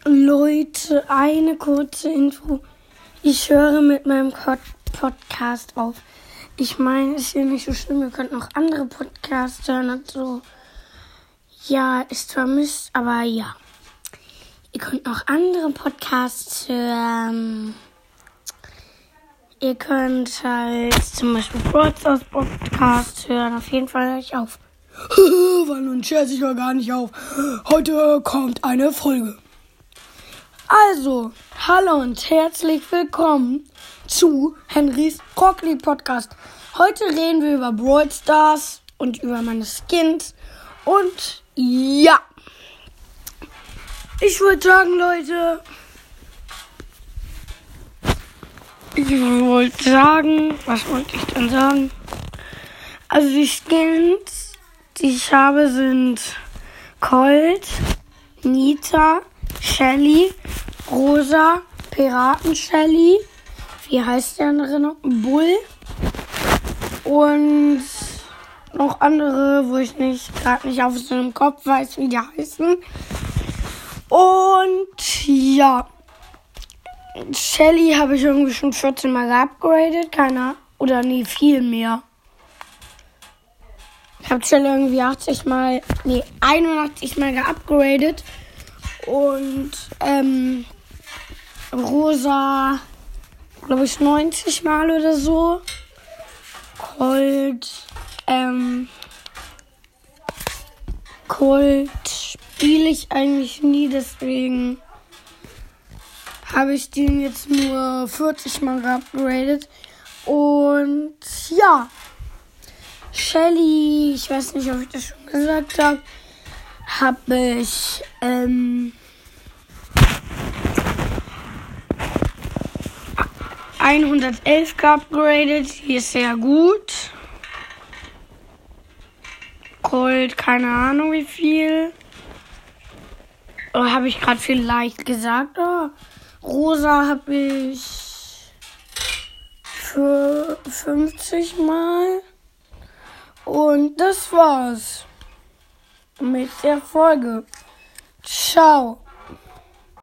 Leute, eine kurze Info. Ich höre mit meinem Podcast auf. Ich meine, ist hier nicht so schlimm. Ihr könnt noch andere Podcasts hören und so. Ja, ist zwar Mist, aber ja. Ihr könnt noch andere Podcasts hören. Ihr könnt halt zum Beispiel Broadstars Podcast hören. Auf jeden Fall höre ich auf. Wann und Scherz, ich höre gar nicht auf. Heute kommt eine Folge. Also, hallo und herzlich willkommen zu Henrys Broccoli Podcast. Heute reden wir über Brawl Stars und über meine Skins. Und ja, ich würde sagen, Leute, was wollte ich denn sagen? Also die Skins, die ich habe, sind Colt, Nita, Shelly, Rosa, Piraten-Shelly, wie heißt der andere noch? Bull und noch andere, wo ich gerade nicht auf so einem Kopf weiß, wie die heißen. Und ja, Shelly habe ich irgendwie schon 14 Mal geupgradet, viel mehr. Ich habe Shelly irgendwie 81 Mal geupgradet. Und Rosa, glaube ich, 90 Mal oder so. Colt spiele ich eigentlich nie, deswegen habe ich den jetzt nur 40 Mal geupgradet. Und ja, Shelly, ich weiß nicht, ob ich das schon gesagt habe ich 111 geupgradet. Die ist sehr gut. Colt, keine Ahnung wie viel. Oder habe ich gerade vielleicht gesagt? Oh. Rosa habe ich für 50 Mal. Und das war's mit der Folge. Ciao.